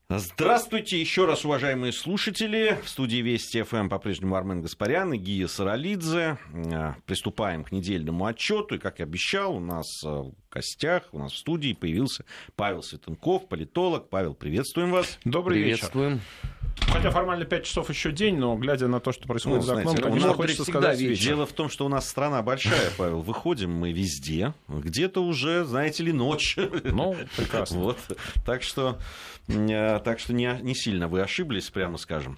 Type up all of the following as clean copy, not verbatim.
Здравствуйте еще раз, уважаемые слушатели. В студии Вести ФМ по-прежнему Армен Гаспарян и Гия Саралидзе. Приступаем к недельному отчету. И, как и обещал, у нас в гостях, у нас в студии появился Павел Светенков, политолог. Павел, приветствуем вас. Добрый Приветствуем. вечер. Хотя формально 5 часов еще день, но глядя на то, что происходит за окном, конечно, хочется сказать вечер. Дело в том, что у нас страна большая, Павел. Выходим мы везде. Где-то уже, знаете ли, ночь. Ну, прекрасно. Вот. Так что не сильно вы ошиблись, прямо скажем.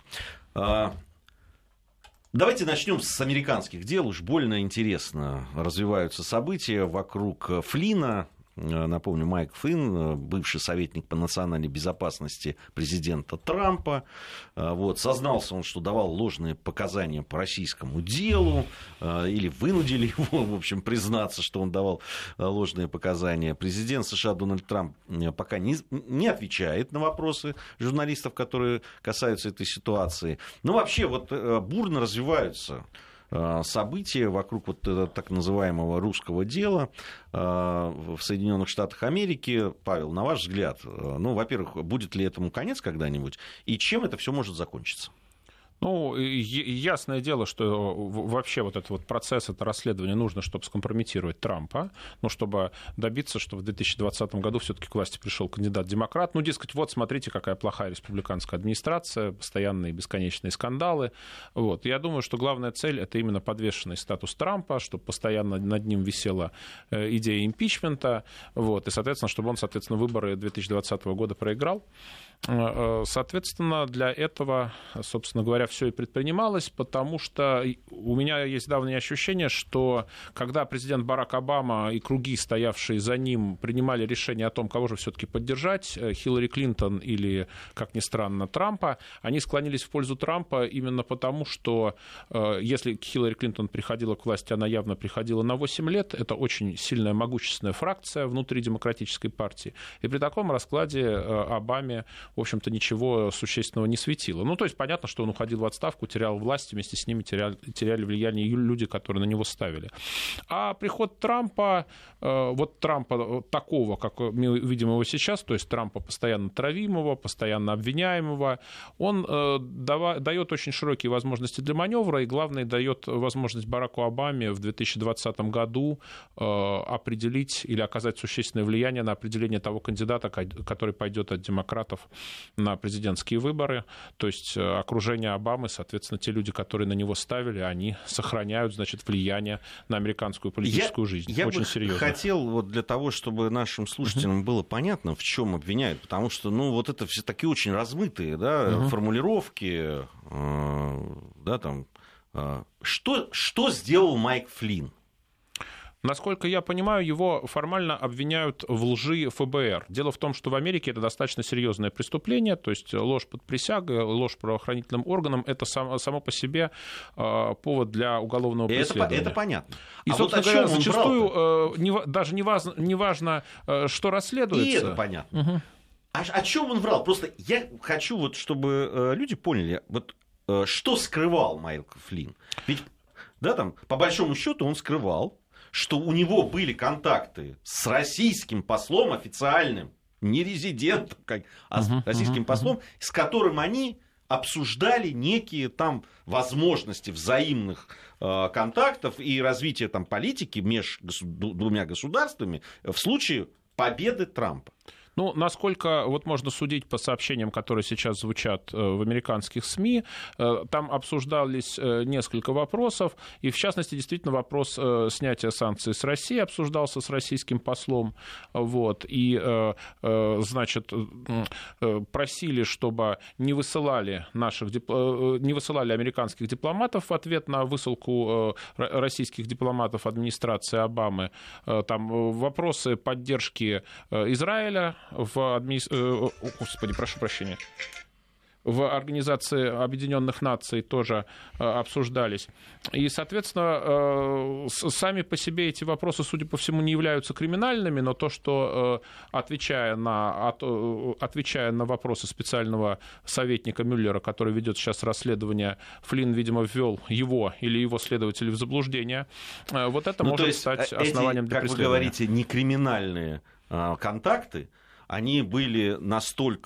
Давайте начнем с американских дел. Уж больно интересно развиваются события вокруг Флина. Напомню, Майк Флин, бывший советник по национальной безопасности президента Трампа. Вот, сознался он, что давал ложные показания по российскому делу, или вынудили его, в общем, признаться, что он давал ложные показания. Президент США Дональд Трамп пока не отвечает на вопросы журналистов, которые касаются этой ситуации. Но вообще вот бурно развиваются события вокруг вот так называемого русского дела в Соединенных Штатах Америки. Павел, на ваш взгляд, ну, во-первых, будет ли этому конец когда-нибудь, и чем это все может закончиться? Ну, ясное дело, что вообще вот этот вот процесс, это расследование нужно, чтобы скомпрометировать Трампа, ну, чтобы добиться, что в 2020 году все-таки к власти пришел кандидат-демократ. Ну, дескать, вот смотрите, какая плохая республиканская администрация, постоянные бесконечные скандалы. Вот. Я думаю, что главная цель — это именно подвешенный статус Трампа, чтобы постоянно над ним висела идея импичмента, вот, и, соответственно, чтобы он, выборы 2020 года проиграл. Соответственно, для этого, собственно говоря, все и предпринималось, потому что у меня есть давнее ощущение, что когда президент Барак Обама и круги, стоявшие за ним, принимали решение о том, кого же все-таки поддержать, Хиллари Клинтон или, как ни странно, Трампа, они склонились в пользу Трампа именно потому, что если Хиллари Клинтон приходила к власти, она явно приходила на 8 лет, это очень сильная, могущественная фракция внутри демократической партии, и при таком раскладе Обаме, в общем-то, ничего не светило. Ну, то есть понятно, что он уходил в отставку, терял власть, вместе с ними теряли влияние люди, которые на него ставили. А приход Трампа, вот Трампа такого, как мы видим его сейчас, то есть Трампа постоянно травимого, постоянно обвиняемого, он дает очень широкие возможности для маневра, и, главное, дает возможность Бараку Обаме в 2020 году определить или оказать существенное влияние на определение того кандидата, который пойдет от демократов на президентские выборы. То есть окружение Обамы, соответственно, те люди, которые на него ставили, они сохраняют, значит, влияние на американскую политическую жизнь. Я очень бы серьезно. Хотел, вот для того, чтобы нашим слушателям было понятно, в чем обвиняют, потому что, ну, вот это все такие очень размытые, да, формулировки, да, там, что сделал Майк Флин? Насколько я понимаю, его формально обвиняют в лжи ФБР. Дело в том, что в Америке это достаточно серьезное преступление, то есть ложь под присягой, ложь правоохранительным органам — это само по себе повод для уголовного преследования. Это понятно. И, собственно говоря, зачастую даже не важно, что расследуется. И это понятно. О чем он врал? Просто я хочу, вот, чтобы люди поняли, вот, что скрывал Майк Флин. Ведь, да, там, по большому счету, он скрывал, что у него были контакты с российским послом официальным, не резидентом, а с российским послом, с которым они обсуждали некие там возможности взаимных контактов и развития там политики между двумя государствами в случае победы Трампа. Ну, насколько вот можно судить по сообщениям, которые сейчас звучат в американских СМИ, там обсуждались несколько вопросов, и, в частности, действительно, вопрос снятия санкций с России обсуждался с российским послом, вот, и, значит, просили, чтобы не высылали американских дипломатов в ответ на высылку российских дипломатов администрации Обамы. Там вопросы поддержки Израиля в Организации Объединенных Наций тоже обсуждались. И, соответственно, сами по себе эти вопросы, судя по всему, не являются криминальными, но то, что, отвечая на вопросы специального советника Мюллера, который ведет сейчас расследование, Флин, видимо, ввел его или его следователей в заблуждение, вот это может стать основанием для преследования. Как вы говорите, не криминальные контакты, они были настолько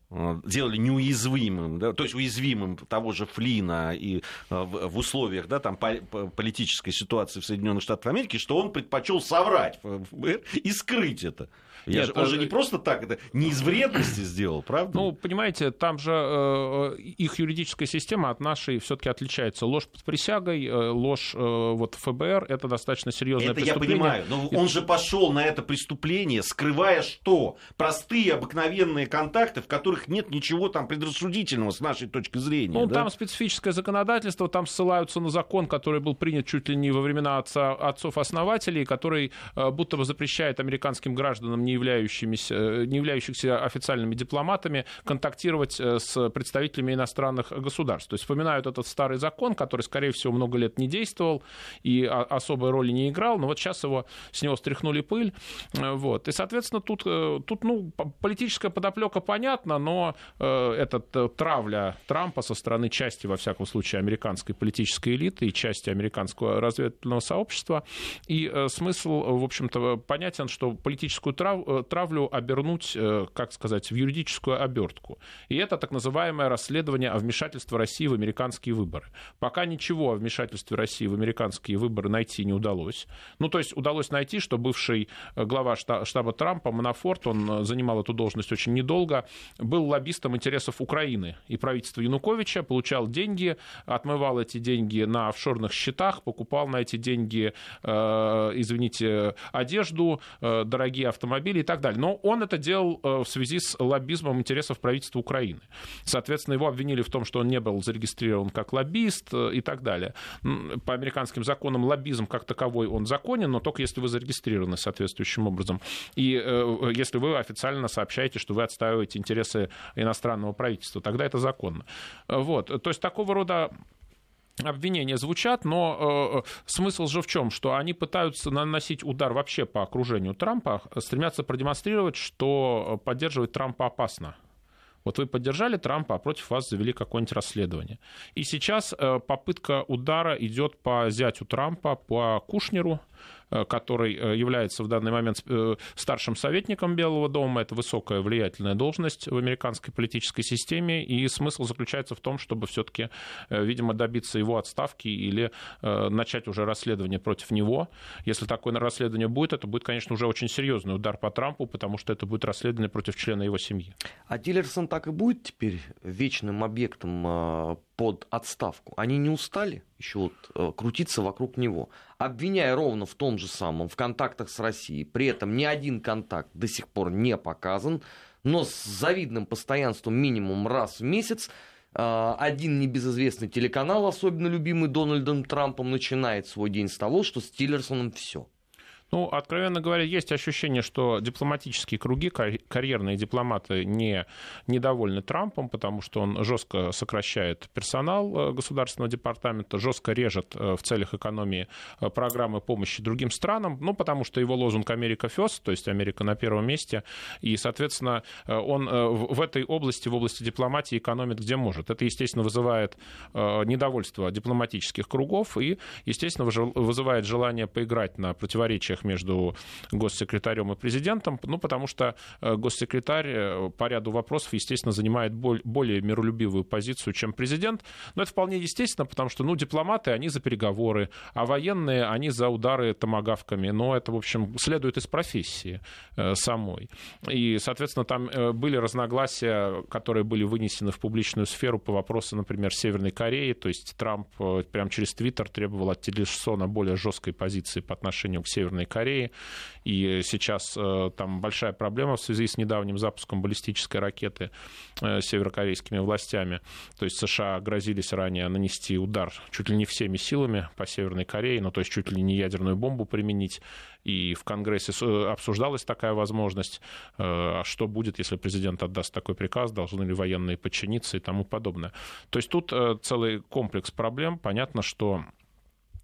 делали неуязвимым, да, то есть уязвимым того же Флина и в условиях, да, там, политической ситуации в Соединенных Штатах Америки, что он предпочел соврать и скрыть это. Он же не просто так, это не из вредности сделал, правда? Ну, понимаете, там же их юридическая система от нашей все-таки отличается. Ложь под присягой, ложь вот ФБР — это достаточно серьезное преступление. Это я понимаю, но он же пошел на это преступление, скрывая что? Простые, обыкновенные контакты, в которых нет ничего там предрассудительного с нашей точки зрения. Ну, да? Там специфическое законодательство, там ссылаются на закон, который был принят чуть ли не во времена отцов-основателей, который будто бы запрещает американским гражданам, не являющихся официальными дипломатами, контактировать с представителями иностранных государств. То есть вспоминают этот старый закон, который, скорее всего, много лет не действовал и особой роли не играл, но вот сейчас с него стряхнули пыль. Вот. И, соответственно, тут политическая подоплека понятна, но травля Трампа со стороны части, во всяком случае, американской политической элиты и части американского разведывательного сообщества. И смысл, в общем-то, понятен, что политическую травлю обернуть, как сказать, в юридическую обертку. И это так называемое расследование о вмешательстве России в американские выборы. Пока ничего о вмешательстве России в американские выборы найти не удалось. Ну, то есть удалось найти, что бывший глава штаба Трампа Манафорт, он занимал эту должность очень недолго, был лоббистом интересов Украины и правительства Януковича, получал деньги, отмывал эти деньги на офшорных счетах, покупал на эти деньги, одежду, дорогие автомобили и так далее. Но он это делал в связи с лоббизмом интересов правительства Украины. Соответственно, его обвинили в том, что он не был зарегистрирован как лоббист и так далее. По американским законам лоббизм как таковой, он законен, но только если вы зарегистрированы соответствующим образом. И если вы официально сообщаете, что вы отстаиваете интересы иностранного правительства, тогда это законно. Вот. То есть такого рода обвинения звучат, но смысл же в чем? Что они пытаются наносить удар вообще по окружению Трампа, стремятся продемонстрировать, что поддерживать Трампа опасно. Вот вы поддержали Трампа, а против вас завели какое-нибудь расследование. И сейчас попытка удара идет по зятю Трампа, по Кушнеру, который является в данный момент старшим советником Белого дома. Это высокая влиятельная должность в американской политической системе. И смысл заключается в том, чтобы все-таки, видимо, добиться его отставки или начать уже расследование против него. Если такое расследование будет, это будет, конечно, уже очень серьезный удар по Трампу, потому что это будет расследование против члена его семьи. А Тиллерсон так и будет теперь вечным объектом под отставку? Они не устали еще крутиться вокруг него, обвиняя ровно в том же самом, в контактах с Россией. При этом ни один контакт до сих пор не показан, но с завидным постоянством минимум раз в месяц один небезызвестный телеканал, особенно любимый Дональдом Трампом, начинает свой день с того, что с Тиллерсоном все. Ну, откровенно говоря, есть ощущение, что дипломатические круги, карьерные дипломаты недовольны Трампом, потому что он жестко сокращает персонал Государственного департамента, жестко режет в целях экономии программы помощи другим странам, ну, потому что его лозунг «Америка first», то есть Америка на первом месте, и, соответственно, он в этой области, в области дипломатии экономит где может. Это, естественно, вызывает недовольство дипломатических кругов и, естественно, вызывает желание поиграть на противоречиях между госсекретарем и президентом, ну, потому что госсекретарь по ряду вопросов, естественно, занимает более миролюбивую позицию, чем президент. Но это вполне естественно, потому что, ну, дипломаты, они за переговоры, а военные, они за удары томагавками. Но это, в общем, следует из профессии самой. И, соответственно, там были разногласия, которые были вынесены в публичную сферу по вопросу, например, Северной Кореи. То есть Трамп прямо через Твиттер требовал от Тиллерсона более жесткой позиции по отношению к Северной Кореи. И сейчас там большая проблема в связи с недавним запуском баллистической ракеты северокорейскими властями. То есть США грозились ранее нанести удар чуть ли не всеми силами по Северной Корее, ну, то есть чуть ли не ядерную бомбу применить. И в Конгрессе обсуждалась такая возможность, что будет, если президент отдаст такой приказ, должны ли военные подчиниться и тому подобное. То есть тут целый комплекс проблем. Понятно, что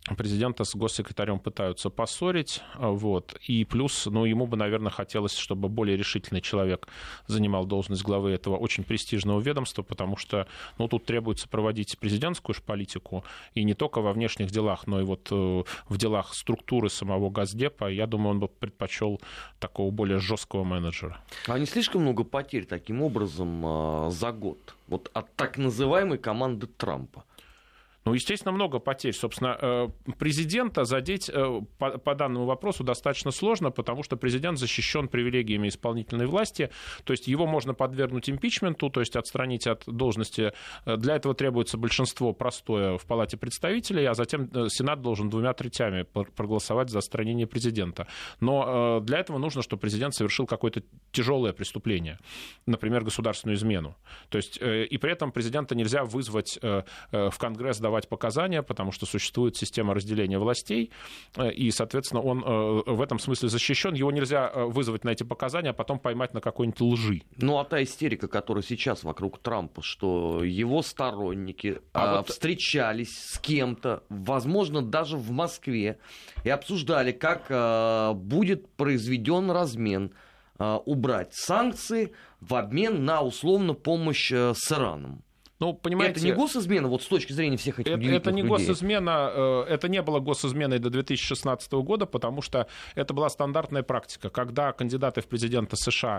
президента с госсекретарем пытаются поссорить, вот, и плюс, ему бы, наверное, хотелось, чтобы более решительный человек занимал должность главы этого очень престижного ведомства, потому что, тут требуется проводить президентскую же политику, и не только во внешних делах, но и вот в делах структуры самого Госдепа, я думаю, он бы предпочел такого более жесткого менеджера. А не слишком много потерь таким образом за год, вот от так называемой команды Трампа? Естественно, много потерь. Собственно, президента задеть по данному вопросу достаточно сложно, потому что президент защищен привилегиями исполнительной власти, то есть его можно подвергнуть импичменту, то есть отстранить от должности. Для этого требуется большинство простое в Палате представителей, а затем Сенат должен 2/3 проголосовать за отстранение президента. Но для этого нужно, чтобы президент совершил какое-то тяжелое преступление, например, государственную измену. То есть, и при этом президента нельзя вызвать в Конгресс давать показания, потому что существует система разделения властей, и, соответственно, он в этом смысле защищен. Его нельзя вызвать на эти показания, а потом поймать на какой-нибудь лжи. А та истерика, которая сейчас вокруг Трампа, что его сторонники встречались с кем-то, возможно, даже в Москве, и обсуждали, как будет произведен размен, убрать санкции в обмен на, условно, помощь с Ираном. Понимаете, это не госизмена, вот с точки зрения всех этих удивительных это не людей? Госизмена, это не было госизменой до 2016 года, потому что это была стандартная практика, когда кандидаты в президенты США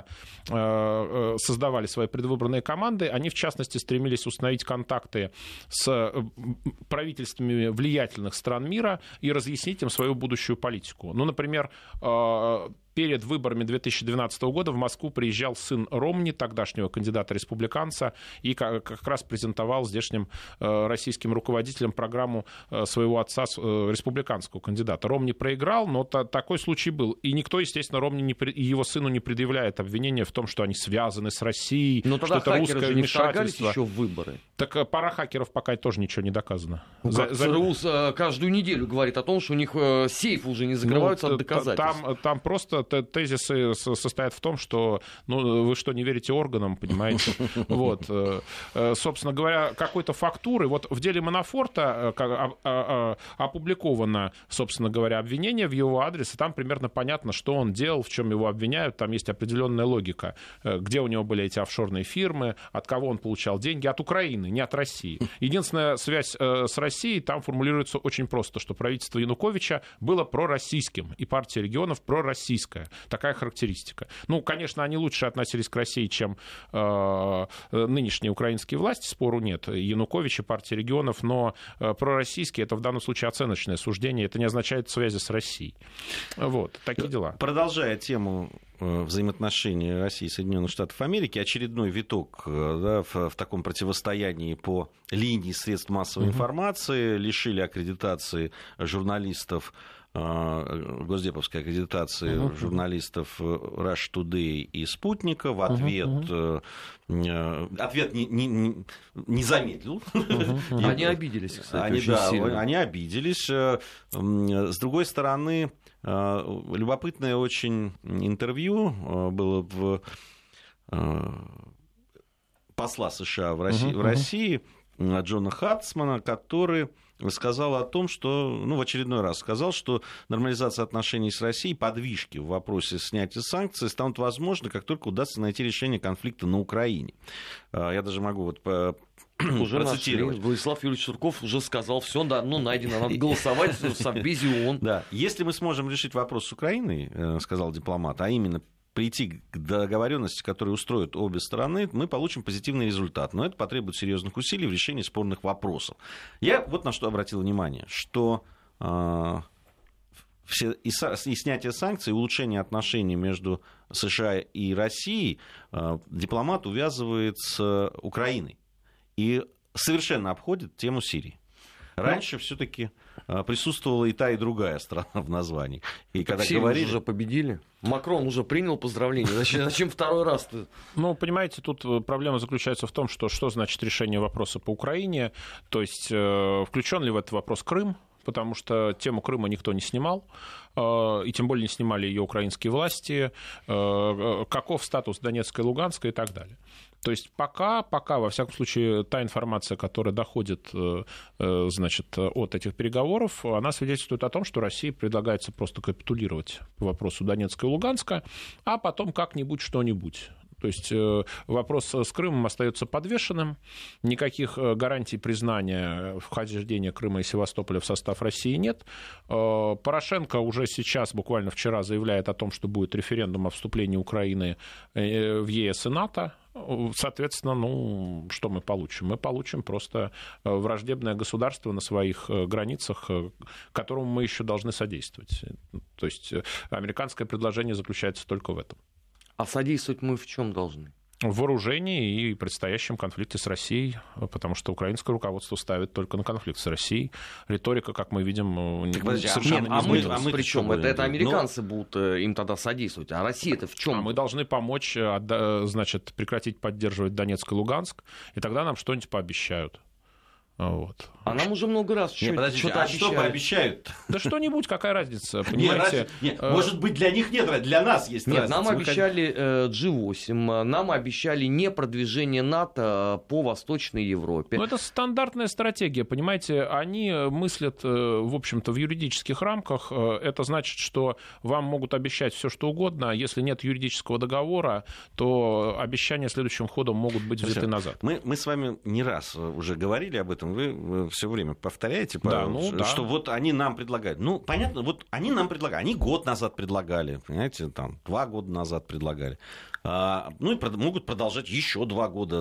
создавали свои предвыборные команды, они, в частности, стремились установить контакты с правительствами влиятельных стран мира и разъяснить им свою будущую политику. Например, перед выборами 2012 года в Москву приезжал сын Ромни, тогдашнего кандидата-республиканца, и как раз презентовал здешним российским руководителям программу своего отца, республиканского кандидата. Ромни проиграл, но такой случай был. И никто, естественно, Ромни и его сыну не предъявляет обвинения в том, что они связаны с Россией, что это русское вмешательство. Еще в выборы. Так пара хакеров пока тоже ничего не доказано. ЦРУ каждую неделю говорит о том, что у них сейфы уже не закрываются от доказательств. Там просто тезисы состоят в том, что вы что, не верите органам, понимаете? Вот. Собственно говоря, какой-то фактуры. Вот в деле Манафорта опубликовано, собственно говоря, обвинение в его адрес, и там примерно понятно, что он делал, в чем его обвиняют. Там есть определенная логика, где у него были эти офшорные фирмы, от кого он получал деньги. От Украины, не от России. Единственная связь с Россией там формулируется очень просто, что правительство Януковича было пророссийским, и партия регионов пророссийская. Такая характеристика. Конечно, они лучше относились к России, чем нынешние украинские власти, спору нет. Янукович и партия регионов, но пророссийские — это в данном случае оценочное суждение, это не означает связи с Россией. Вот, такие дела. Продолжая тему взаимоотношений России и Соединенных Штатов Америки, очередной виток в таком противостоянии по линии средств массовой информации, лишили аккредитации журналистов, госдеповской аккредитации журналистов Russia Today и Спутника. В ответ не замедлил. Они обиделись, кстати, они обиделись. С другой стороны, любопытное очень интервью было в посла США в России Джона Хартсмана, который сказал о том, что, в очередной раз сказал, что нормализация отношений с Россией, подвижки в вопросе снятия санкций станут возможны, как только удастся найти решение конфликта на Украине. Я даже могу уже процитировать. Владислав Юрьевич Сурков уже сказал, все, найдено, надо голосовать в Совбезе ООН. Да, если мы сможем решить вопрос с Украиной, сказал дипломат, а именно прийти к договоренности, которая устроит обе стороны, мы получим позитивный результат. Но это потребует серьезных усилий в решении спорных вопросов. Я вот на что обратил внимание, что и снятие санкций, и улучшение отношений между США и Россией дипломат увязывает с Украиной и совершенно обходит тему Сирии. Раньше все-таки присутствовала и та, и другая страна в названии. И когда говорили... уже победили. Макрон уже принял поздравления. Зачем второй раз-то? Понимаете, тут проблема заключается в том, что значит решение вопроса по Украине. То есть включен ли в этот вопрос Крым? потому что тему Крыма никто не снимал, и тем более не снимали ее украинские власти, каков статус Донецка и Луганска и так далее. То есть пока, во всяком случае, та информация, которая доходит, значит, от этих переговоров, она свидетельствует о том, что России предлагается просто капитулировать по вопросу Донецка и Луганска, а потом как-нибудь что-нибудь. То есть вопрос с Крымом остается подвешенным, никаких гарантий признания вхождения Крыма и Севастополя в состав России нет. Порошенко уже сейчас, буквально вчера, заявляет о том, что будет референдум о вступлении Украины в ЕС и НАТО. Соответственно, ну, что мы получим? Мы получим просто враждебное государство на своих границах, которому мы еще должны содействовать. То есть американское предложение заключается только в этом. А содействовать мы в чем должны? В вооружении и предстоящем конфликте с Россией, потому что украинское руководство ставит только на конфликт с Россией. Риторика, как мы видим, совершенно не изменилась. Причем это американцы будут им тогда содействовать, а Россия-то в чем? А мы должны помочь, значит, прекратить поддерживать Донецк и Луганск, и тогда нам что-нибудь пообещают. Вот. А нам уже много раз что-то обещают. Что пообещают? Да что-нибудь, какая разница, понимаете? Может быть, для них нет, для нас есть разница. Нам обещали G8, нам обещали не продвижение НАТО по Восточной Европе. Ну, это стандартная стратегия, понимаете? Они мыслят, в общем-то, в юридических рамках. Это значит, что вам могут обещать все, что угодно, а если нет юридического договора, то обещания следующим ходом могут быть взяты назад. Мы с вами не раз уже говорили об этом. Вы все время повторяете, что вот они нам предлагают. Ну, понятно, вот они нам предлагают. Они год назад предлагали, понимаете, там, 2 года назад предлагали. Ну, и могут продолжать еще 2 года.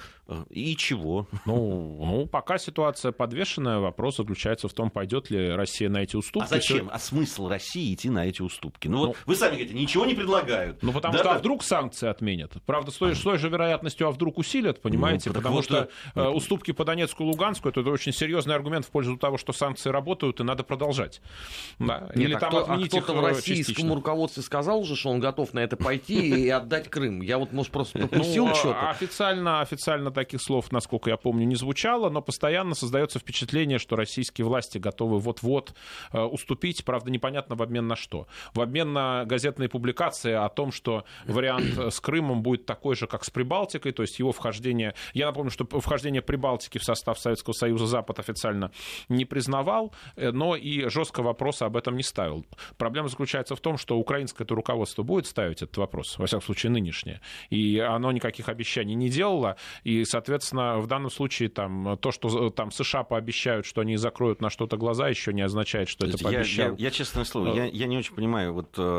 И чего? Ну, пока ситуация подвешенная, вопрос заключается в том, пойдет ли Россия на эти уступки. А зачем? А смысл России идти на эти уступки? Вот вы сами говорите, ничего не предлагают. Ну, потому что вдруг санкции отменят. Правда, с той же вероятностью, а вдруг усилят, понимаете? Потому что уступки по Донецку и Луганску — это очень серьезный аргумент в пользу того, что санкции работают и надо продолжать. Да? Или там отменить их кто-то в российскому руководстве сказал уже, что он готов на это пойти и отдать Крым. Я вот, может, просто пропустил что-то. Официально таких слов, насколько я помню, не звучало, но постоянно создается впечатление, что российские власти готовы вот-вот уступить, правда, непонятно в обмен на что. В обмен на газетные публикации о том, что вариант с Крымом будет такой же, как с Прибалтикой, то есть его вхождение... Я напомню, что вхождение Прибалтики в состав Советского Союза Запад официально не признавал, но и жестко вопроса об этом не ставил. Проблема заключается в том, что украинское руководство будет ставить этот вопрос, во всяком случае нынешнее, и оно никаких обещаний не делало, и, соответственно, в данном случае то, что там США пообещают, что они закроют на что-то глаза, еще не означает, что это пообещал. Я честное слово, я не очень понимаю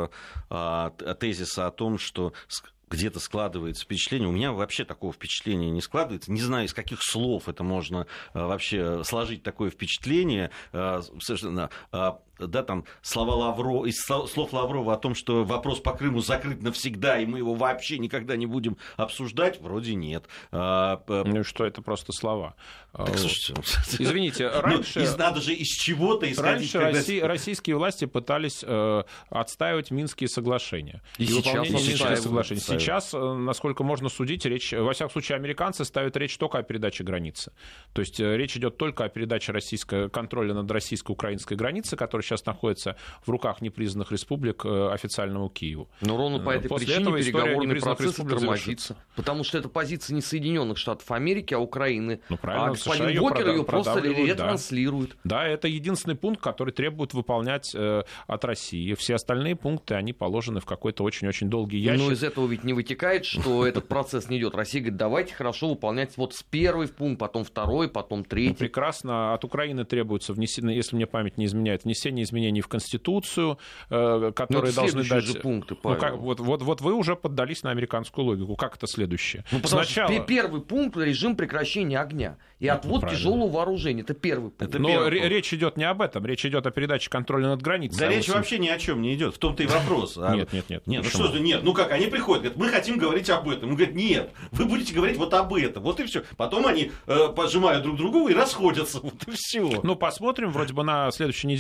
тезиса о том, что где-то складывается впечатление. У меня вообще такого впечатления не складывается. Не знаю, из каких слов это можно вообще сложить такое впечатление. Совершенно... Да, там из слов Лаврова о том, что вопрос по Крыму закрыт навсегда, и мы его вообще никогда не будем обсуждать, вроде нет. Ну что, это просто слова. Так, слушайте, извините, раньше... надо же из чего-то исходить. Раньше российские власти пытались отстаивать Минские соглашения. И выполнение Минских соглашений. Сейчас, насколько можно судить, речь, во всяком случае, американцы ставят речь только о передаче границы. То есть речь идет только о передаче контроля над российско-украинской границей, которая сейчас находится в руках непризнанных республик официальному Киеву. Но ровно по этой причине переговорный процесс тормозится. Потому что это позиция не Соединенных Штатов Америки, а Украины. А господин Бокер ее просто ретранслирует. Да, это единственный пункт, который требует выполнять от России. Все остальные пункты, они положены в какой-то очень-очень долгий ящик. Но из этого ведь не вытекает, что этот процесс не идет. Россия говорит, давайте хорошо выполнять вот с первый пункт, потом второй, потом третий. Прекрасно. От Украины требуется внесение, если мне память не изменяет, внесение изменений в Конституцию, которые должны дать... же пункты, вот вы уже поддались на американскую логику. Как это следующее? Сначала... Первый пункт — режим прекращения огня и отвод тяжелого вооружения. Это первый пункт. Но речь идет не об этом. Речь идет о передаче контроля над границей. Да речь вообще ни о чем не идет. В том-то и вопрос. Нет. Ну что же, нет. Ну как, они приходят, говорят, мы хотим говорить об этом. Он говорит, нет, вы будете говорить вот об этом. Вот и все. Потом они пожимают друг другу и расходятся. Вот и все. Ну, посмотрим. Вроде бы на следующей неделе будет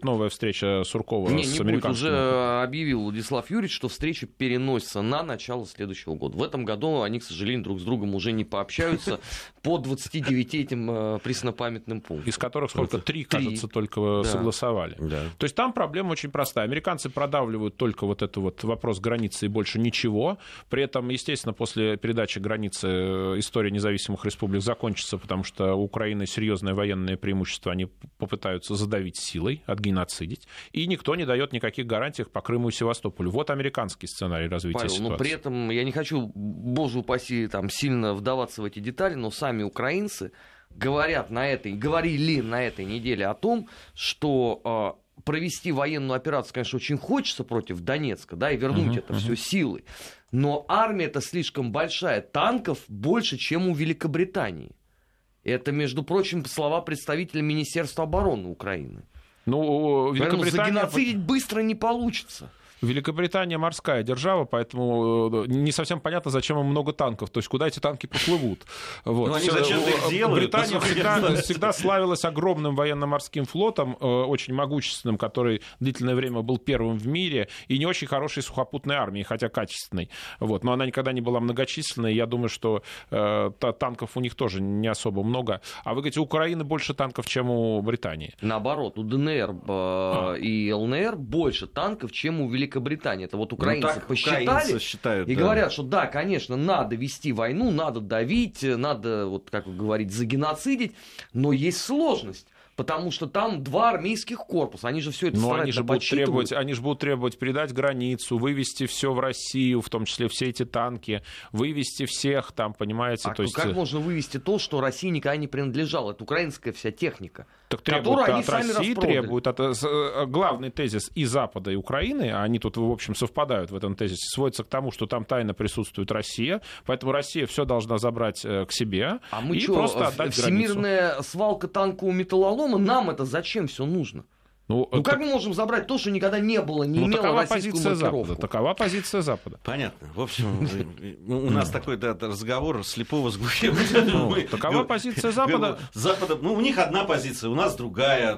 новая встреча Суркова с американским? Не будет. Уже объявил Владислав Юрьевич, что встреча переносится на начало следующего года. В этом году они, к сожалению, друг с другом уже не пообщаются по 29 этим преснопамятным пунктам. Из которых сколько? 3, кажется, только согласовали. Да. То есть там проблема очень простая. Американцы продавливают только вот этот вот вопрос границы и больше ничего. При этом, естественно, после передачи границы история независимых республик закончится, потому что у Украины серьезное военное преимущество. Они попытаются задавить силой, отгеноцидить. И никто не дает никаких гарантий по Крыму и Севастополю. Вот американский сценарий развития ситуации. Но при этом я не хочу, боже упаси, там, сильно вдаваться в эти детали, но сами украинцы говорили на этой неделе о том, что провести военную операцию, конечно, очень хочется против Донецка, да, и вернуть это все силой. Но армия-то слишком большая, танков больше, чем у Великобритании. Это, между прочим, слова представителя Министерства обороны Украины. Ну, загеноцидить быстро не получится. Великобритания морская держава, поэтому не совсем понятно, зачем им много танков. То есть куда эти танки поплывут. Вот. Ну, они зачем-то их делают. Британия всегда славилась огромным военно-морским флотом, очень могущественным, который длительное время был первым в мире, и не очень хорошей сухопутной армией, хотя качественной. Вот. Но она никогда не была многочисленной. Я думаю, что танков у них тоже не особо много. А вы говорите, у Украины больше танков, чем у Британии. Наоборот, у ДНР и ЛНР больше танков, чем у Великобритании. Это вот украинцы посчитали считают, и говорят, что да, конечно, надо вести войну, надо давить, надо, вот как вы говорите, загеноцидить, но есть сложность. Потому что там 2 армейских корпуса, они же все это стараются подсчитывать. Они же будут требовать передать границу, вывести все в Россию, в том числе все эти танки, вывести всех там, понимаете. То есть... Как можно вывести то, что России никогда не принадлежало? Это украинская вся техника. Так требуют от России, требуют. Главный тезис и Запада, и Украины, они тут, в общем, совпадают в этом тезисе, сводится к тому, что там тайно присутствует Россия, поэтому Россия все должна забрать к себе и просто отдать всемирная границу. Свалка танкового металлолома, нам это зачем все нужно? Ну как мы можем забрать то, что никогда не было, не имело российскую маркировку? Такова позиция Запада. Понятно. В общем, у нас такой разговор слепого с глухим. Такова позиция Запада. У них одна позиция, у нас другая.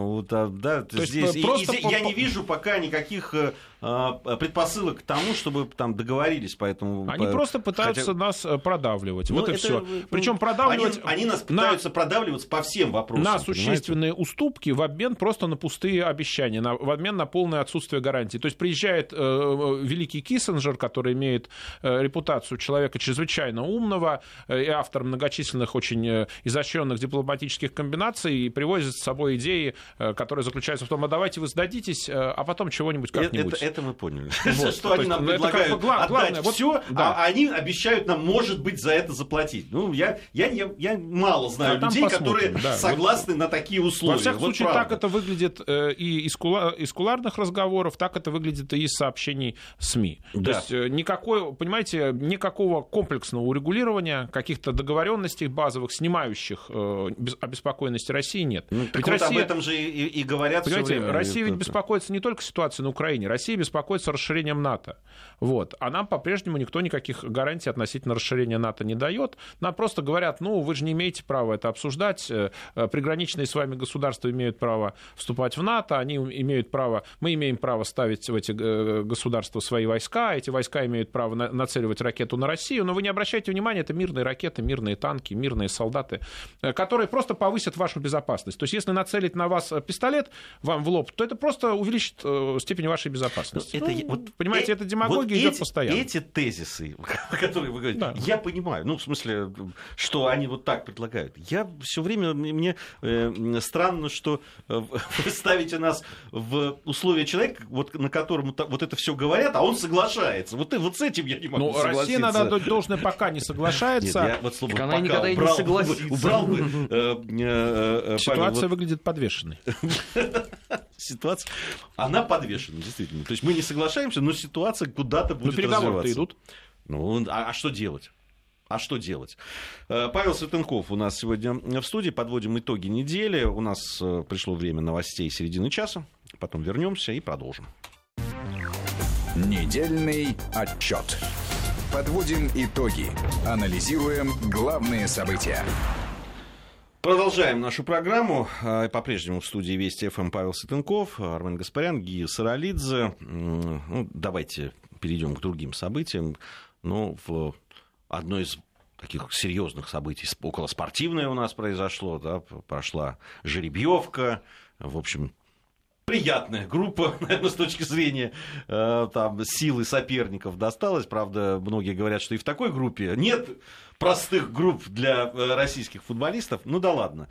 Здесь. Я не вижу пока никаких предпосылок к тому, чтобы там договорились по этому. Они просто пытаются нас продавливать. Вот и все. Причем продавливать. Они нас пытаются продавливать по всем вопросам. На существенные уступки в обмен просто на пустые обещания, в обмен на полное отсутствие гарантий. То есть приезжает великий Киссинджер, который имеет репутацию человека чрезвычайно умного и автор многочисленных очень изощренных дипломатических комбинаций, и привозит с собой идеи, которые заключаются в том, давайте вы сдадитесь, а потом чего-нибудь как-нибудь. Это мы поняли. Что они нам предлагают отдать все, а они обещают нам, может быть, за это заплатить. Ну, я мало знаю людей, которые согласны на такие условия. Во всяком случае, так это выглядит и из кулуарных разговоров, так это выглядит и из сообщений СМИ. То есть никакого комплексного урегулирования, каких-то договоренностей базовых, снимающих обеспокоенности России нет. Так вот об этом же и говорят все время. Россия ведь беспокоится не только ситуацией на Украине, Россия беспокоится расширением НАТО. Вот. А нам по-прежнему никто никаких гарантий относительно расширения НАТО не дает. Нам просто говорят, вы же не имеете права это обсуждать, приграничные с вами государства имеют право вступать в НАТО, мы имеем право ставить в эти государства свои войска, эти войска имеют право нацеливать ракету на Россию, но вы не обращайте внимания, это мирные ракеты, мирные танки, мирные солдаты, которые просто повысят вашу безопасность. То есть если нацелить на вас пистолет вам в лоб, то это просто увеличит степень вашей безопасности. Понимаете, эта демагогия идет постоянно. Эти тезисы, о которых вы говорите, я понимаю, в смысле, что они вот так предлагают. Я все время, мне странно, что вы ставите нас в условия человека, на котором вот это все говорят, а он соглашается. Вот с этим я не могу согласиться. Россия, надо отдать должное, пока не соглашается. Нет, я вот слово она никогда и не согласится. Убрал бы. Ситуация выглядит подвешенной. Ситуация, она подвешена, действительно. То есть мы не соглашаемся, но ситуация куда-то будет развиваться. Идут. А что делать? Павел Светенков у нас сегодня в студии. Подводим итоги недели. У нас пришло время новостей середины часа. Потом вернемся и продолжим. Недельный отчет. Подводим итоги. Анализируем главные события. Продолжаем нашу программу. По-прежнему в студии Вести ФМ Павел Сытенков, Армен Гаспарян, Гия Саралидзе. Давайте перейдем к другим событиям. Одно из таких серьезных событий околоспортивное у нас произошло. Да? Прошла жеребьевка. В общем, приятная группа, наверное, с точки зрения силы соперников досталась. Правда, многие говорят, что и в такой группе нет простых групп для российских футболистов. Ну да ладно.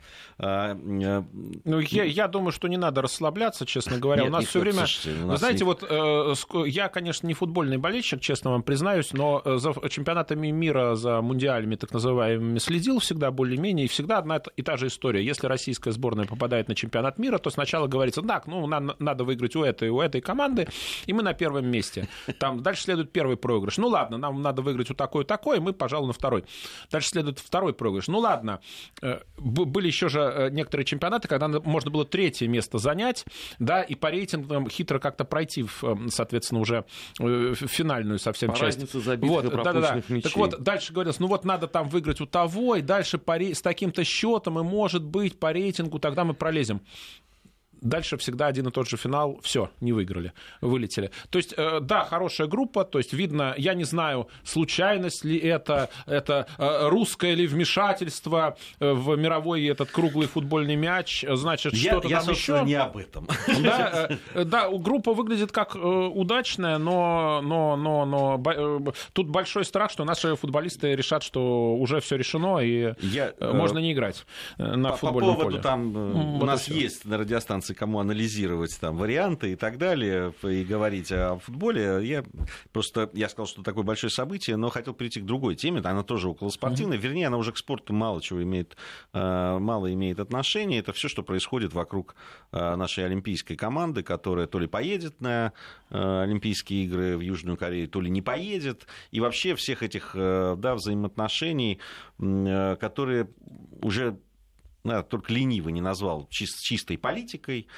Я думаю, что не надо расслабляться, честно говоря. Нет, у нас все время... Вы знаете, я, конечно, не футбольный болельщик, честно вам признаюсь, но за чемпионатами мира, за мундиалями так называемыми следил всегда более-менее, и всегда одна и та же история. Если российская сборная попадает на чемпионат мира, то сначала говорится, так, надо выиграть у этой команды, и мы на первом месте. Там дальше следует первый проигрыш. Ну ладно, нам надо выиграть у такой, и мы, пожалуй, на второй. Дальше следует второй проигрыш. Ну ладно, были еще же некоторые чемпионаты, когда можно было третье место занять, да, и по рейтингам хитро как-то пройти, соответственно, уже в финальную совсем по часть. Разница забитых и пропущенных мячей. Так вот, дальше говорилось, надо там выиграть у того, и дальше с таким-то счетом, и может быть по рейтингу тогда мы пролезем. Дальше всегда один и тот же финал. Все, не выиграли, вылетели. То есть, да, хорошая группа. То есть, видно, я не знаю, случайность ли это русское ли вмешательство в мировой этот круглый футбольный мяч. Значит, что-то там еще. Не об этом. Да, группа выглядит как удачная, но тут большой страх, что наши футболисты решат, что уже все решено и можно не играть на футбольном поле. У нас есть на радиостанции кому анализировать там варианты и так далее, и говорить о футболе. Я сказал, что такое большое событие, но хотел перейти к другой теме. Она тоже околоспортивная. Вернее, она уже к спорту мало имеет отношения. Это все, что происходит вокруг нашей олимпийской команды, которая то ли поедет на Олимпийские игры в Южную Корею, то ли не поедет. И вообще всех этих взаимоотношений, которые уже только лениво не назвал чистой политикой.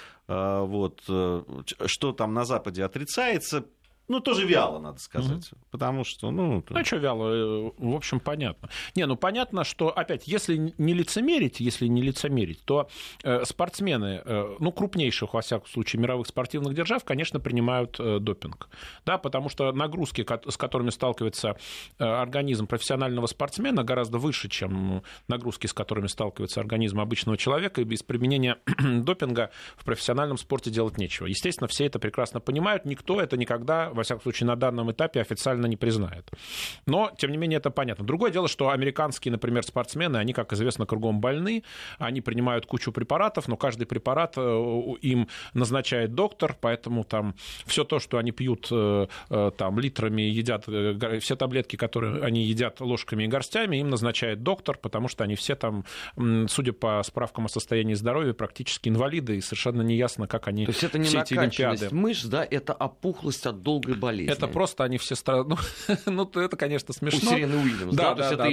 Что там на Западе отрицается, тоже вяло, надо сказать. Потому что, что вяло? В общем, понятно. Понятно, что, опять, если не лицемерить, то спортсмены, крупнейших, во всяком случае, мировых спортивных держав, конечно, принимают допинг. Да, потому что нагрузки, с которыми сталкивается организм профессионального спортсмена, гораздо выше, чем нагрузки, с которыми сталкивается организм обычного человека, и без применения допинга в профессиональном спорте делать нечего. Естественно, все это прекрасно понимают, никто это никогда, во всяком случае, на данном этапе официально не признает. Но, тем не менее, это понятно. Другое дело, что американские, например, спортсмены, они, как известно, кругом больны, они принимают кучу препаратов, но каждый препарат им назначает доктор, поэтому там все то, что они пьют там, литрами, едят, все таблетки, которые они едят ложками и горстями, им назначает доктор, потому что они все там, судя по справкам о состоянии здоровья, практически инвалиды, и совершенно неясно, как они все эти олимпиады. То есть это не накачанность мышц, да, это опухлость от долгой болезни. Это просто они все страдают. Это, конечно, смешно. У Серены Уильямс, да, то есть это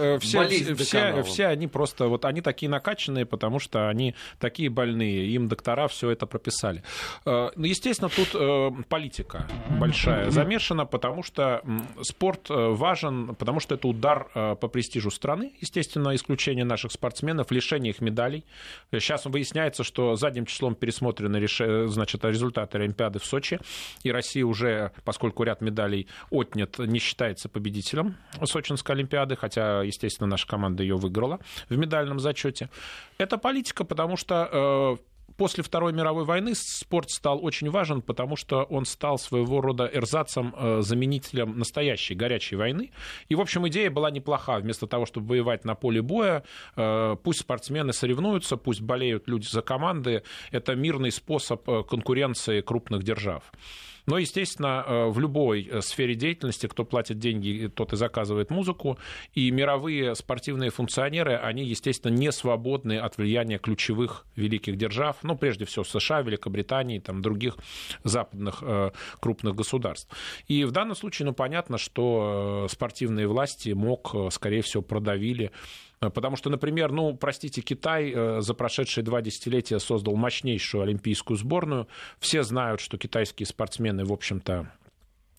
ее все они просто, они такие накачанные, потому что они такие больные, им доктора все это прописали. Естественно, тут политика большая замешана, потому что спорт важен, потому что это удар по престижу страны, естественно, исключение наших спортсменов, лишение их медалей. Сейчас выясняется, что задним числом пересмотрены результаты Олимпиады в Сочи, и Россия уже, поскольку ряд медалей отнят, не считается победителем Сочинской Олимпиады, хотя, естественно, наша команда ее выиграла в медальном зачете. Это политика, потому что после Второй мировой войны спорт стал очень важен, потому что он стал своего рода эрзацем, заменителем настоящей горячей войны. И, в общем, идея была неплоха. Вместо того, чтобы воевать на поле боя, пусть спортсмены соревнуются, пусть болеют люди за команды. Это мирный способ конкуренции крупных держав. Но, естественно, в любой сфере деятельности, кто платит деньги, тот и заказывает музыку. И мировые спортивные функционеры, они, естественно, не свободны от влияния ключевых великих держав, прежде всего США, Великобритании, там, других западных крупных государств. И в данном случае, понятно, что спортивные власти МОК, скорее всего, продавили. Потому что, например, простите, Китай за прошедшие 2 десятилетия создал мощнейшую олимпийскую сборную. Все знают, что китайские спортсмены, в общем-то,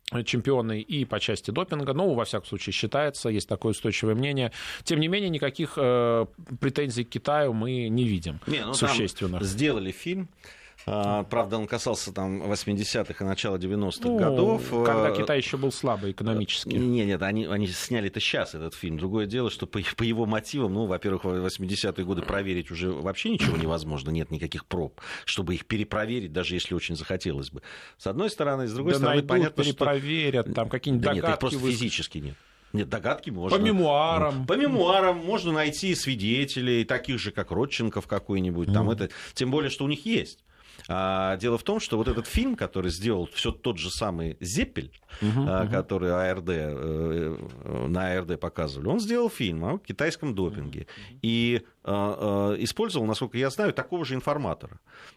чемпионы и по части допинга, ну, во всяком случае, считается, есть такое устойчивое мнение. Тем не менее, никаких претензий к Китаю мы не видим существенных. Там сделали фильм. Правда, он касался там 80-х и начала 90-х годов. Когда Китай еще был слабый экономически. Нет, они сняли это сейчас, этот фильм. Другое дело, что по его мотивам, ну, во-первых, в 80-е годы проверить уже вообще ничего невозможно, нет никаких проб, чтобы их перепроверить, даже если очень захотелось бы. С одной стороны, с другой стороны, понятно, что... перепроверят, там какие-нибудь догадки... Нет, их просто физически нет. Нет, догадки можно. По мемуарам. По мемуарам можно найти свидетелей, таких же, как Родченков какой-нибудь. Там это... Тем более, что у них есть. Дело в том, что вот этот фильм, который сделал все тот же самый Зеппель, который на АРД показывали, он сделал фильм о китайском допинге. И использовал, насколько я знаю, такого же информатора,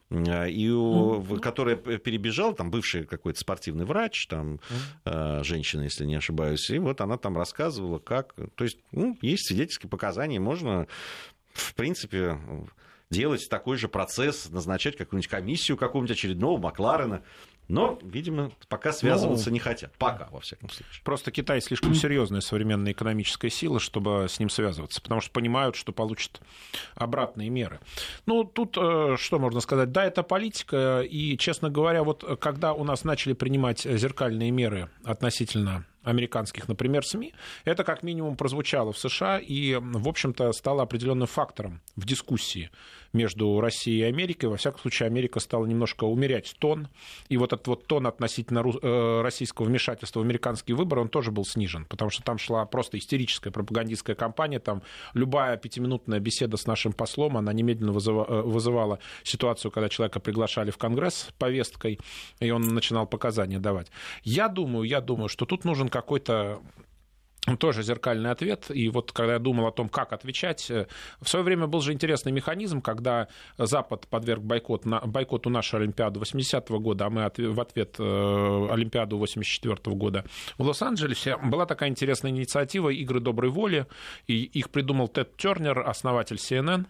который перебежал, там бывший какой-то спортивный врач, там женщина, если не ошибаюсь, и вот она там рассказывала, как... То есть, есть свидетельские показания, можно, в принципе... делать такой же процесс, назначать какую-нибудь комиссию какого-нибудь очередного Макларена. Но, видимо, пока связываться не хотят. Пока, во всяком случае. Просто Китай слишком серьезная современная экономическая сила, чтобы с ним связываться, потому что понимают, что получат обратные меры. Ну, тут что можно сказать? Да, это политика, и, честно говоря, вот когда у нас начали принимать зеркальные меры относительно американских, например, СМИ, это как минимум прозвучало в США и, в общем-то, стало определенным фактором в дискуссии между Россией и Америкой. Во всяком случае, Америка стала немножко умерять тон, и вот этот вот тон относительно российского вмешательства в американские выборы, он тоже был снижен, потому что там шла просто истерическая пропагандистская кампания, там любая пятиминутная беседа с нашим послом, она немедленно вызывала ситуацию, когда человека приглашали в Конгресс повесткой, и он начинал показания давать. Я думаю, что тут нужен какой-то тоже зеркальный ответ. И вот когда я думал о том, как отвечать, в свое время был же интересный механизм, когда Запад подверг бойкоту нашу Олимпиаду 80-го года, а мы в ответ Олимпиаду 84-го года в Лос-Анджелесе. Была такая интересная инициатива «Игры доброй воли», и их придумал Тед Тернер, основатель CNN.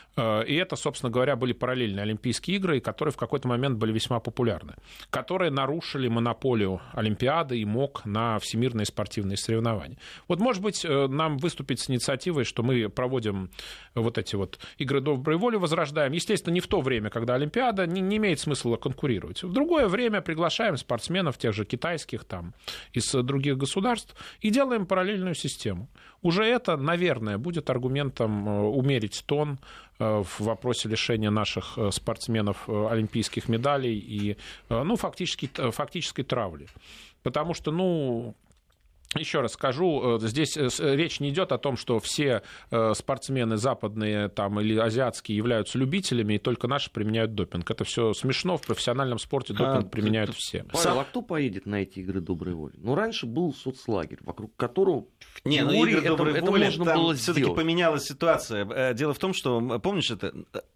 И это, собственно говоря, были параллельные Олимпийские игры, которые в какой-то момент были весьма популярны, которые нарушили монополию Олимпиады и МОК на всемирные спортивные соревнования. Вот, может быть, нам выступить с инициативой, что мы проводим вот эти вот игры доброй воли, возрождаем. Естественно, не в то время, когда Олимпиада, не имеет смысла конкурировать. В другое время приглашаем спортсменов, тех же китайских, там, из других государств, и делаем параллельную систему. Уже это, наверное, будет аргументом умерить тон в вопросе лишения наших спортсменов олимпийских медалей и фактической травли. Потому что, еще раз скажу, здесь речь не идет о том, что все спортсмены западные там, или азиатские являются любителями, и только наши применяют допинг. Это все смешно, в профессиональном спорте допинг применяют все. Павел, а кто поедет на эти игры доброй воли? Раньше был соцлагерь, вокруг которого в теории игры доброй воли, можно было все-таки сделать. поменялась ситуация. Дело в том, что, помнишь, это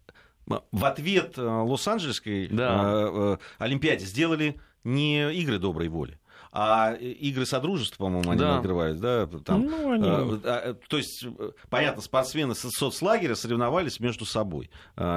в ответ Лос-Анджелесской Олимпиаде сделали не игры доброй воли, а игры Содружества, по-моему, они открывались, да? Там, то есть, понятно, спортсмены соцлагеря соревновались между собой.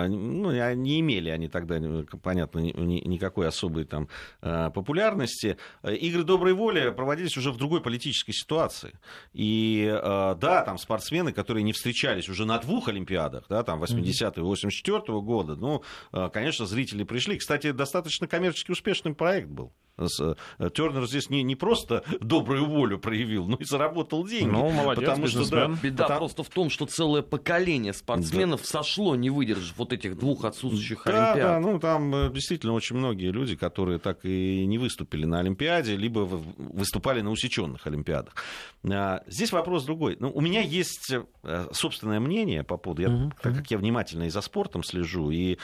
Не имели они тогда, понятно, никакой особой там популярности. Игры доброй воли проводились уже в другой политической ситуации. И да, там спортсмены, которые не встречались уже на двух Олимпиадах, да, там 80-го и 84-го года, конечно, зрители пришли. Кстати, достаточно коммерчески успешный проект был. Тернер здесь не просто добрую волю проявил, но и заработал деньги. Молодец, потому что, беда просто в том, что целое поколение спортсменов сошло, не выдержав вот этих двух отсутствующих Олимпиад. Да, там действительно очень многие люди, которые так и не выступили на Олимпиаде, либо выступали на усеченных Олимпиадах. Здесь вопрос другой. У меня есть собственное мнение по поводу, так как я внимательно и за спортом слежу, и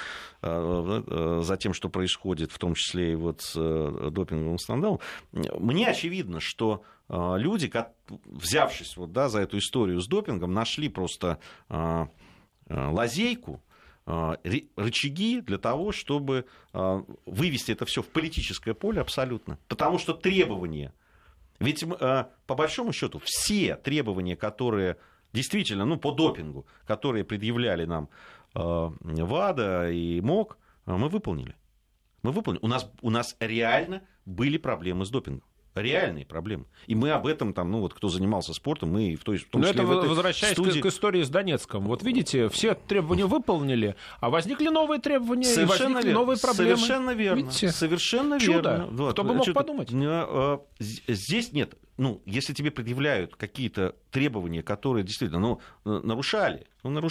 за тем, что происходит, в том числе и вот с допинговым скандалом, мне очевидно, что люди, взявшись за эту историю с допингом, нашли просто лазейку, рычаги для того, чтобы вывести это все в политическое поле абсолютно. Потому что требования, ведь по большому счету все требования, которые действительно, по допингу, которые предъявляли нам ВАДА и МОК, мы выполнили. У нас реально были проблемы с допингом. Реальные проблемы. И мы об этом, там, ну вот, кто занимался спортом, мы в том числе Но это в этой возвращаясь студии... к истории с Донецком. Вот видите, все требования выполнили, а возникли новые требования, и возникли новые проблемы. Совершенно верно. Видите? Совершенно Чудо. верно. Вот. Кто бы мог подумать? Здесь нет. Ну, если тебе предъявляют какие-то требования, которые действительно нарушали,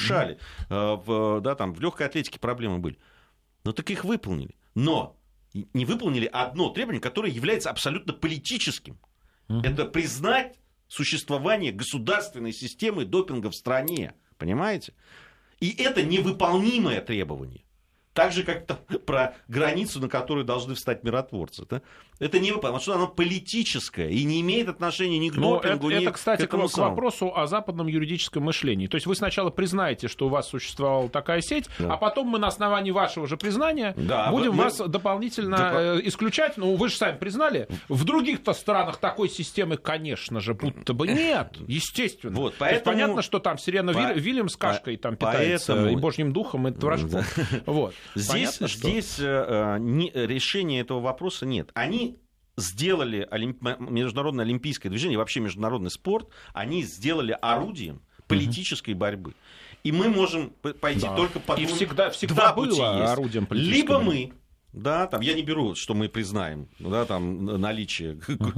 в легкой атлетике проблемы были, но так их выполнили. Но не выполнили одно требование, которое является абсолютно политическим. Это признать существование государственной системы допинга в стране. Понимаете? И это невыполнимое требование. Так же, как про границу, на которую должны встать миротворцы. Да? Это невыполнимо, потому что оно политическое и не имеет отношения ни к допингу, ни к этому самому. Это, кстати, к вопросу о западном юридическом мышлении. То есть вы сначала признаете, что у вас существовала такая сеть, а потом мы на основании вашего же признания будем вас дополнительно исключать. Ну, вы же сами признали. В других-то странах такой системы, конечно же, будто бы нет. Естественно. Вот, поэтому... Понятно, что там Серена Вильямс кашкой там питается, и божьим духом, и творожком. Вот. Здесь решения этого вопроса нет. Они сделали международное олимпийское движение, вообще международный спорт, они сделали орудием политической борьбы. И мы можем пойти только по двум. И всегда было орудием политической либо борьбы. Мы, да, там, я не беру, что мы признаем, да, там, наличие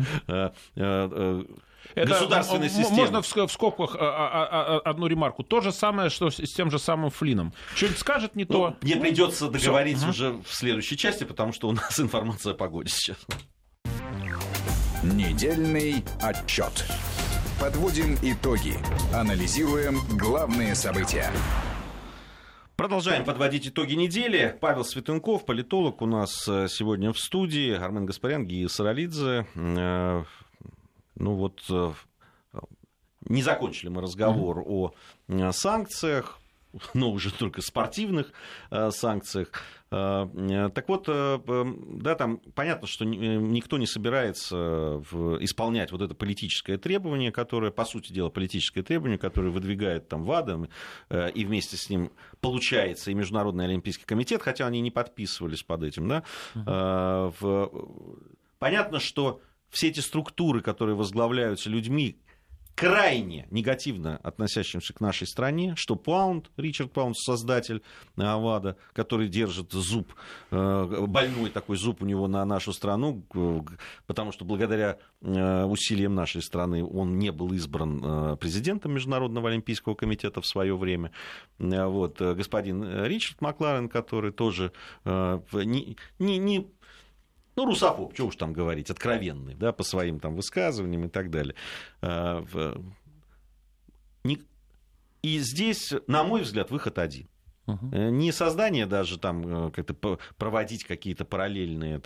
государственной системы. Можно в скобках одну ремарку. То же самое, что с тем же самым Флином. Что-нибудь скажет не то. Мне придется договориться уже в следующей части, потому что у нас информация о погоде сейчас. Недельный отчет. Подводим итоги. Анализируем главные события. Продолжаем подводить итоги недели. Павел Светенков, политолог, у нас сегодня в студии. Армен Гаспарян, Гия Саралидзе. Не закончили мы разговор о санкциях, но уже только спортивных санкциях. Так вот, да, там понятно, что никто не собирается исполнять вот это политическое требование, которое, по сути дела, политическое требование, которое выдвигает там ВАДА, и вместе с ним получается и Международный олимпийский комитет, хотя они не подписывались под этим, да. Понятно, что все эти структуры, которые возглавляются людьми, крайне негативно относящимся к нашей стране, что Ричард Паунд, создатель ВАДА, который держит зуб, больной такой зуб у него на нашу страну, потому что благодаря усилиям нашей страны он не был избран президентом Международного олимпийского комитета в свое время. Вот, господин Ричард Макларен, который тоже русофоб, что уж там говорить, откровенный, да, по своим там высказываниям и так далее. И здесь, на мой взгляд, выход один. Не создание даже там, как-то проводить какие-то параллельные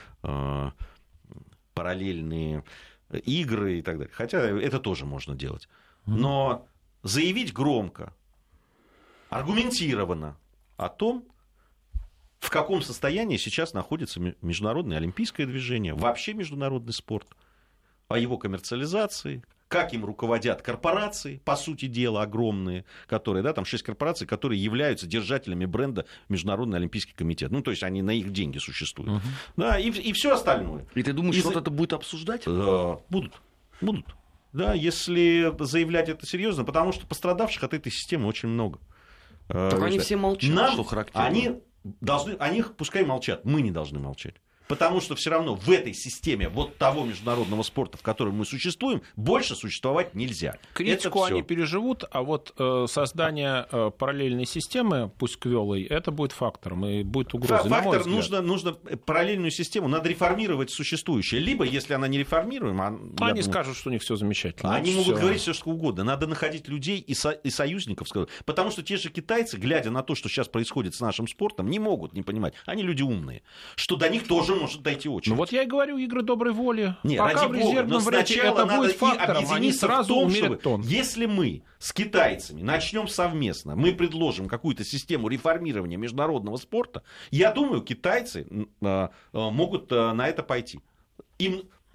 игры и так далее. Хотя это тоже можно делать. Но заявить громко, аргументированно о том, в каком состоянии сейчас находится международное олимпийское движение, вообще международный спорт, о его коммерциализации, как им руководят корпорации, по сути дела, огромные, которые, да, там 6 корпораций, которые являются держателями бренда Международный олимпийский комитет. Ну, то есть они на их деньги существуют. Да, и все остальное. И ты думаешь, что это будет обсуждать? Будут. Да, если заявлять это серьезно, потому что пострадавших от этой системы очень много. Так они все молчат, что характерно. Они пускай молчат, мы не должны молчать. Потому что все равно в этой системе вот того международного спорта, в котором мы существуем, больше существовать нельзя. Критику они переживут, а вот создание параллельной системы, пусть квелой, это будет фактором и будет угрозой. Фактор, нужно параллельную систему, надо реформировать существующее. Либо, если она не реформируема... Они скажут, что у них все замечательно. Они могут говорить все, что угодно. Надо находить людей и союзников. Потому что те же китайцы, глядя на то, что сейчас происходит с нашим спортом, не могут не понимать. Они люди умные. Что до них тоже может дойти очередь. Ну вот я и говорю, игры доброй воли. Нет, пока в резервном варианте это будет фактором, они сразу умерят тон. Если мы с китайцами начнем совместно, мы предложим какую-то систему реформирования международного спорта, я думаю, китайцы могут на это пойти.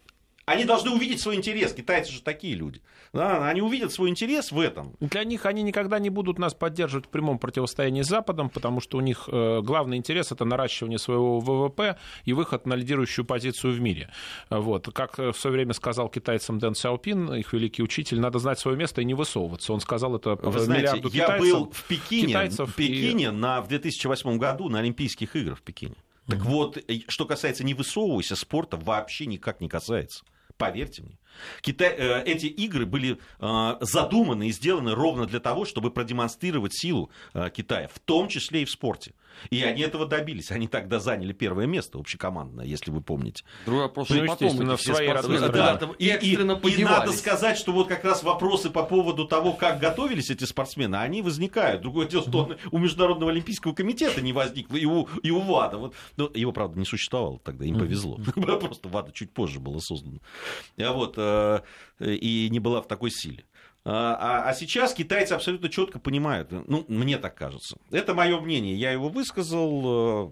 Они должны увидеть свой интерес. Китайцы же такие люди. Да, они увидят свой интерес в этом. Для них они никогда не будут нас поддерживать в прямом противостоянии с Западом, потому что у них главный интерес — это наращивание своего ВВП и выход на лидирующую позицию в мире. Вот. Как в свое время сказал китайцам Дэн Сяопин, их великий учитель, надо знать свое место и не высовываться. Он сказал это миллиарду китайцев. Я был в Пекине в 2008 году на Олимпийских играх в Пекине. Так вот, что касается «не высовывайся», спорта вообще никак не касается. Поверьте мне. Эти игры были задуманы и сделаны ровно для того, чтобы продемонстрировать силу Китая, в том числе и в спорте. И они этого добились. Они тогда заняли первое место общекомандное, если вы помните. Другой вопрос, что потом эти все спортсмены и надо сказать, что вот как раз вопросы по поводу того, как готовились эти спортсмены, они возникают. Другое дело, что у Международного олимпийского комитета не возник, и у ВАДА. Вот. Но его, правда, не существовало тогда, им повезло. Просто ВАДА чуть позже было создано. Вот. И не была в такой силе. А сейчас китайцы абсолютно четко понимают, ну, мне так кажется. Это мое мнение, я его высказал.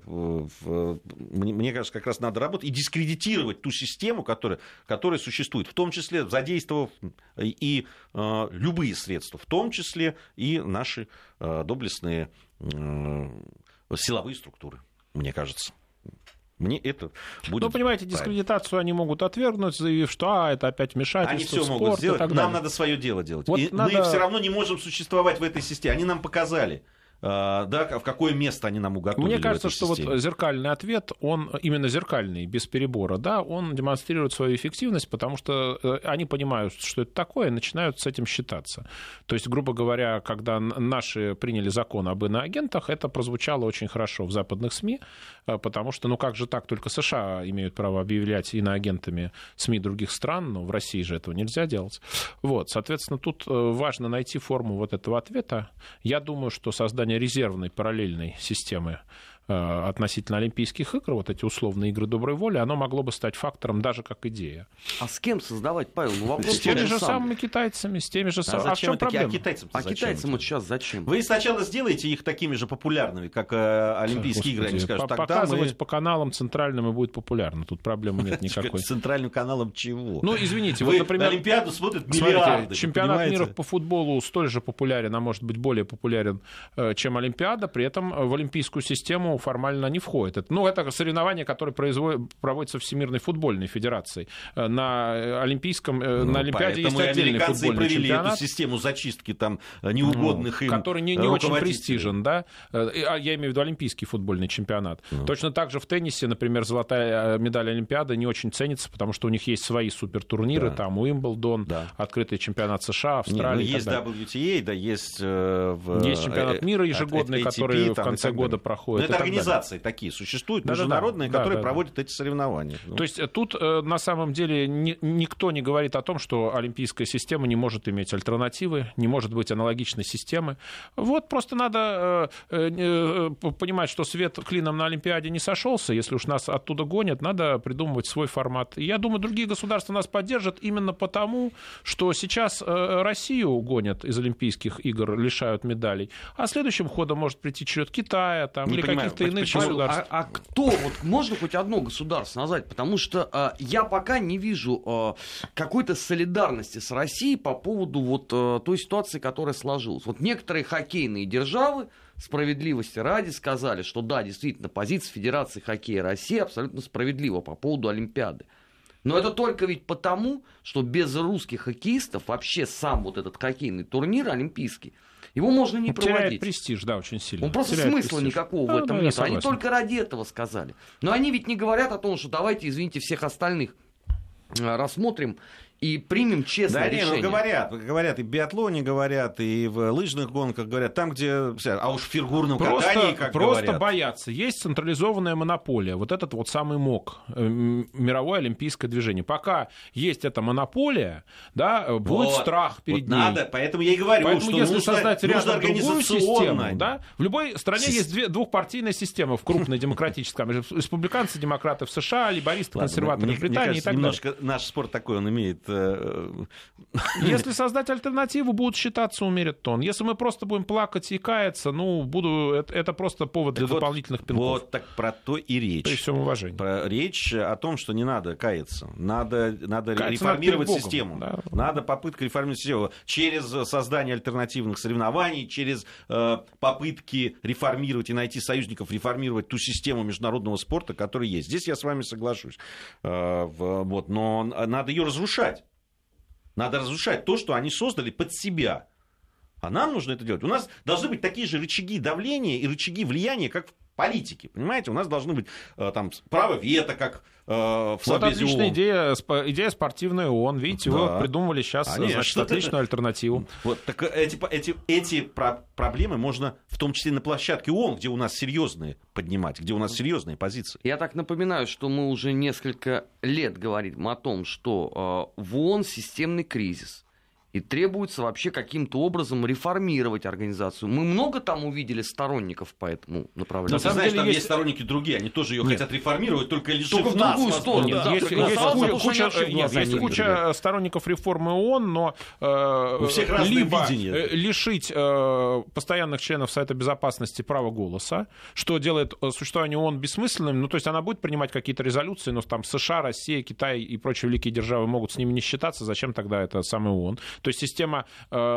Мне кажется, как раз надо работать и дискредитировать ту систему, которая существует, в том числе задействовав и любые средства, в том числе и наши доблестные силовые структуры, мне кажется. Мне это будет... Ну, понимаете, дискредитацию они могут отвергнуть, заявив, что это опять вмешательство в спорт. Они все могут сделать. Нам надо свое дело делать. Вот мы все равно не можем существовать в этой системе. Они нам показали, да, в какое место они нам уготовили. Мне кажется, что вот зеркальный ответ, он именно зеркальный, без перебора, да, он демонстрирует свою эффективность, потому что они понимают, что это такое, и начинают с этим считаться. То есть, грубо говоря, когда наши приняли закон об иноагентах, это прозвучало очень хорошо в западных СМИ, потому что, ну как же так, только США имеют право объявлять иноагентами СМИ других стран, но в России же этого нельзя делать. Вот, соответственно, тут важно найти форму вот этого ответа. Я думаю, что создание резервной параллельной системы относительно Олимпийских игр, вот эти условные игры доброй воли, оно могло бы стать фактором даже как идея. А с кем создавать, Павел? Ну, вопрос с теми же самыми китайцами, с теми же самыми. А в чем проблема? А китайцам вот сейчас зачем? Вы сначала сделаете их такими же популярными, как Олимпийские игры. Они скажут, показывать по каналам центральным и будет популярно. Тут проблемы нет никакой. Центральным каналом чего? Ну, извините, вот, например... Олимпиаду смотрят миллиарды. Чемпионат мира по футболу столь же популярен, а может быть более популярен, чем Олимпиада. При этом в олимпийскую систему формально не входит. Это соревнование, которое проводится Всемирной футбольной федерацией. На Олимпиаде есть отдельный футбольный провели чемпионат. Эту систему зачистки там неугодных им который не очень престижен, да? Я имею в виду олимпийский футбольный чемпионат. Точно так же в теннисе, например, золотая медаль Олимпиады не очень ценится, потому что у них есть свои супертурниры, там Уимблдон, открытый чемпионат США, Австралии. Есть WTA, да, есть чемпионат мира ежегодный, который в конце года проходит. Это организации такие существуют, международные, которые проводят эти соревнования. То есть тут на самом деле никто не говорит о том, что олимпийская система не может иметь альтернативы, не может быть аналогичной системы. Вот просто надо понимать, что свет клином на Олимпиаде не сошелся. Если уж нас оттуда гонят, надо придумывать свой формат. И я думаю, другие государства нас поддержат именно потому, что сейчас Россию гонят из Олимпийских игр, лишают медалей. А следующим ходом может прийти черед Китая или каких-то иных государств. А кто? Вот можно хоть одно государство назвать? Потому что я пока не вижу какой-то солидарности с Россией по поводу вот той ситуации, которая сложилась. Вот некоторые хоккейные державы, справедливости ради, сказали, что да, действительно, позиция Федерации хоккея России абсолютно справедлива по поводу Олимпиады. Но это только ведь потому, что без русских хоккеистов вообще сам вот этот хоккейный турнир олимпийский, его можно не проводить. Теряет престиж, да, очень сильно. Он просто смысла никакого в этом нет. Они только ради этого сказали. Но они ведь не говорят о том, что давайте, извините, всех остальных рассмотрим и примем честное решение. Говорят, и в биатлоне говорят, и в лыжных гонках говорят, там, где... А уж в фигурном катании, как просто говорят. Боятся. Есть централизованная монополия. Вот этот вот самый МОК, мировое олимпийское движение. Пока есть эта монополия, да, будет страх перед ней. Надо, поэтому я и говорю, поэтому что если нужно создать рядом другую систему, да, в любой стране есть двухпартийная система в крупной демократической. Республиканцы, демократы в США, лейбористы, консерваторы в Британии и так далее. Немножко наш спорт такой, он имеет Если создать альтернативу, будут считаться, умерят тон. Если мы просто будем плакать и каяться, это просто повод для дополнительных пинков. Вот так про то и речь. При всем уважении. Речь о том, что не надо каяться. Надо реформировать систему. Да. Надо попытка реформировать систему через создание альтернативных соревнований, через попытки реформировать и найти союзников, реформировать ту систему международного спорта, которая есть. Здесь я с вами соглашусь. Но надо ее разрушать. Надо разрушать то, что они создали под себя. А нам нужно это делать. У нас должны быть такие же рычаги давления и рычаги влияния, как в политике. Понимаете, у нас должно быть право вето, как в Совбезе ООН. Вот отличная идея спортивная ООН. Видите, вы придумали сейчас отличную альтернативу. Вот, так эти проблемы можно в том числе на площадке ООН, где у нас серьезные, поднимать, где у нас серьезные позиции. Я так напоминаю, что мы уже несколько лет говорим о том, что в ООН системный кризис. И требуется вообще каким-то образом реформировать организацию. Мы много там увидели сторонников по этому направлению. Но ты знаешь, там есть сторонники другие, они тоже ее хотят реформировать, только лишив нас. Есть куча сторонников реформы ООН, но у всех разное видение. Лишить постоянных членов Совета Безопасности права голоса, что делает существование ООН бессмысленным. То есть она будет принимать какие-то резолюции, но там США, Россия, Китай и прочие великие державы могут с ними не считаться. Зачем тогда это самый ООН? То есть система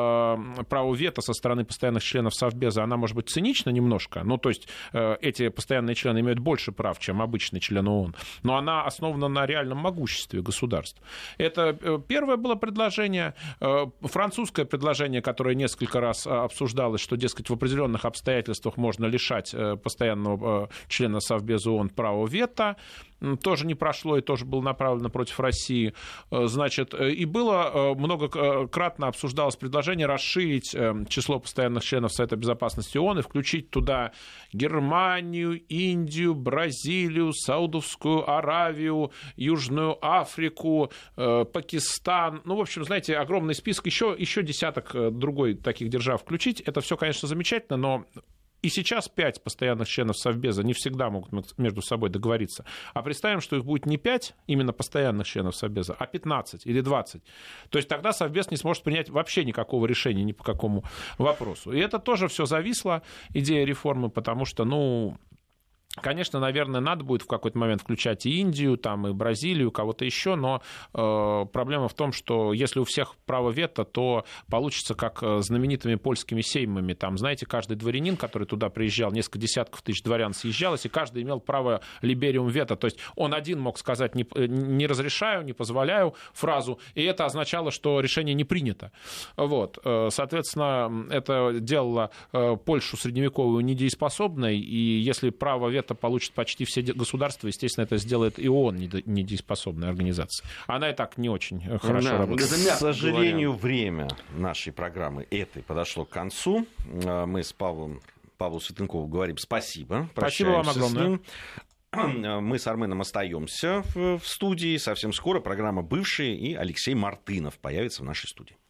права вето со стороны постоянных членов Совбеза, она может быть цинична немножко, то есть эти постоянные члены имеют больше прав, чем обычные члены ООН, но она основана на реальном могуществе государств. Это первое было предложение. Французское предложение, которое несколько раз обсуждалось, что, дескать, в определенных обстоятельствах можно лишать постоянного члена Совбеза ООН права вето, тоже не прошло и тоже было направлено против России. Значит, и было многократно обсуждалось предложение расширить число постоянных членов Совета Безопасности ООН и включить туда Германию, Индию, Бразилию, Саудовскую Аравию, Южную Африку, Пакистан. В общем, знаете, огромный список, еще десяток другой таких держав включить. Это все, конечно, замечательно, но и сейчас 5 постоянных членов Совбеза не всегда могут между собой договориться. А представим, что их будет не 5 именно постоянных членов Совбеза, а 15 или 20. То есть тогда Совбез не сможет принять вообще никакого решения ни по какому вопросу. И это тоже все зависло, идея реформы, потому что, конечно, наверное, надо будет в какой-то момент включать и Индию, и Бразилию, кого-то еще, но проблема в том, что если у всех право вето, то получится как знаменитыми польскими сеймами. Там, знаете, каждый дворянин, который туда приезжал, несколько десятков тысяч дворян съезжалось, и каждый имел право либериум вето. То есть он один мог сказать «не разрешаю», «не позволяю» фразу, и это означало, что решение не принято. Вот. Соответственно, это делало Польшу средневековую недееспособной, и если право вето получит почти все государства, естественно, это сделает и ООН недееспособной организацией. Она и так не очень хорошо работает. К сожалению, время нашей программы этой подошло к концу. Мы с Павлом Светленковым говорим спасибо. Спасибо вам огромное. Мы с Арменом остаемся в студии. Совсем скоро программа «Бывшие» и Алексей Мартынов появится в нашей студии.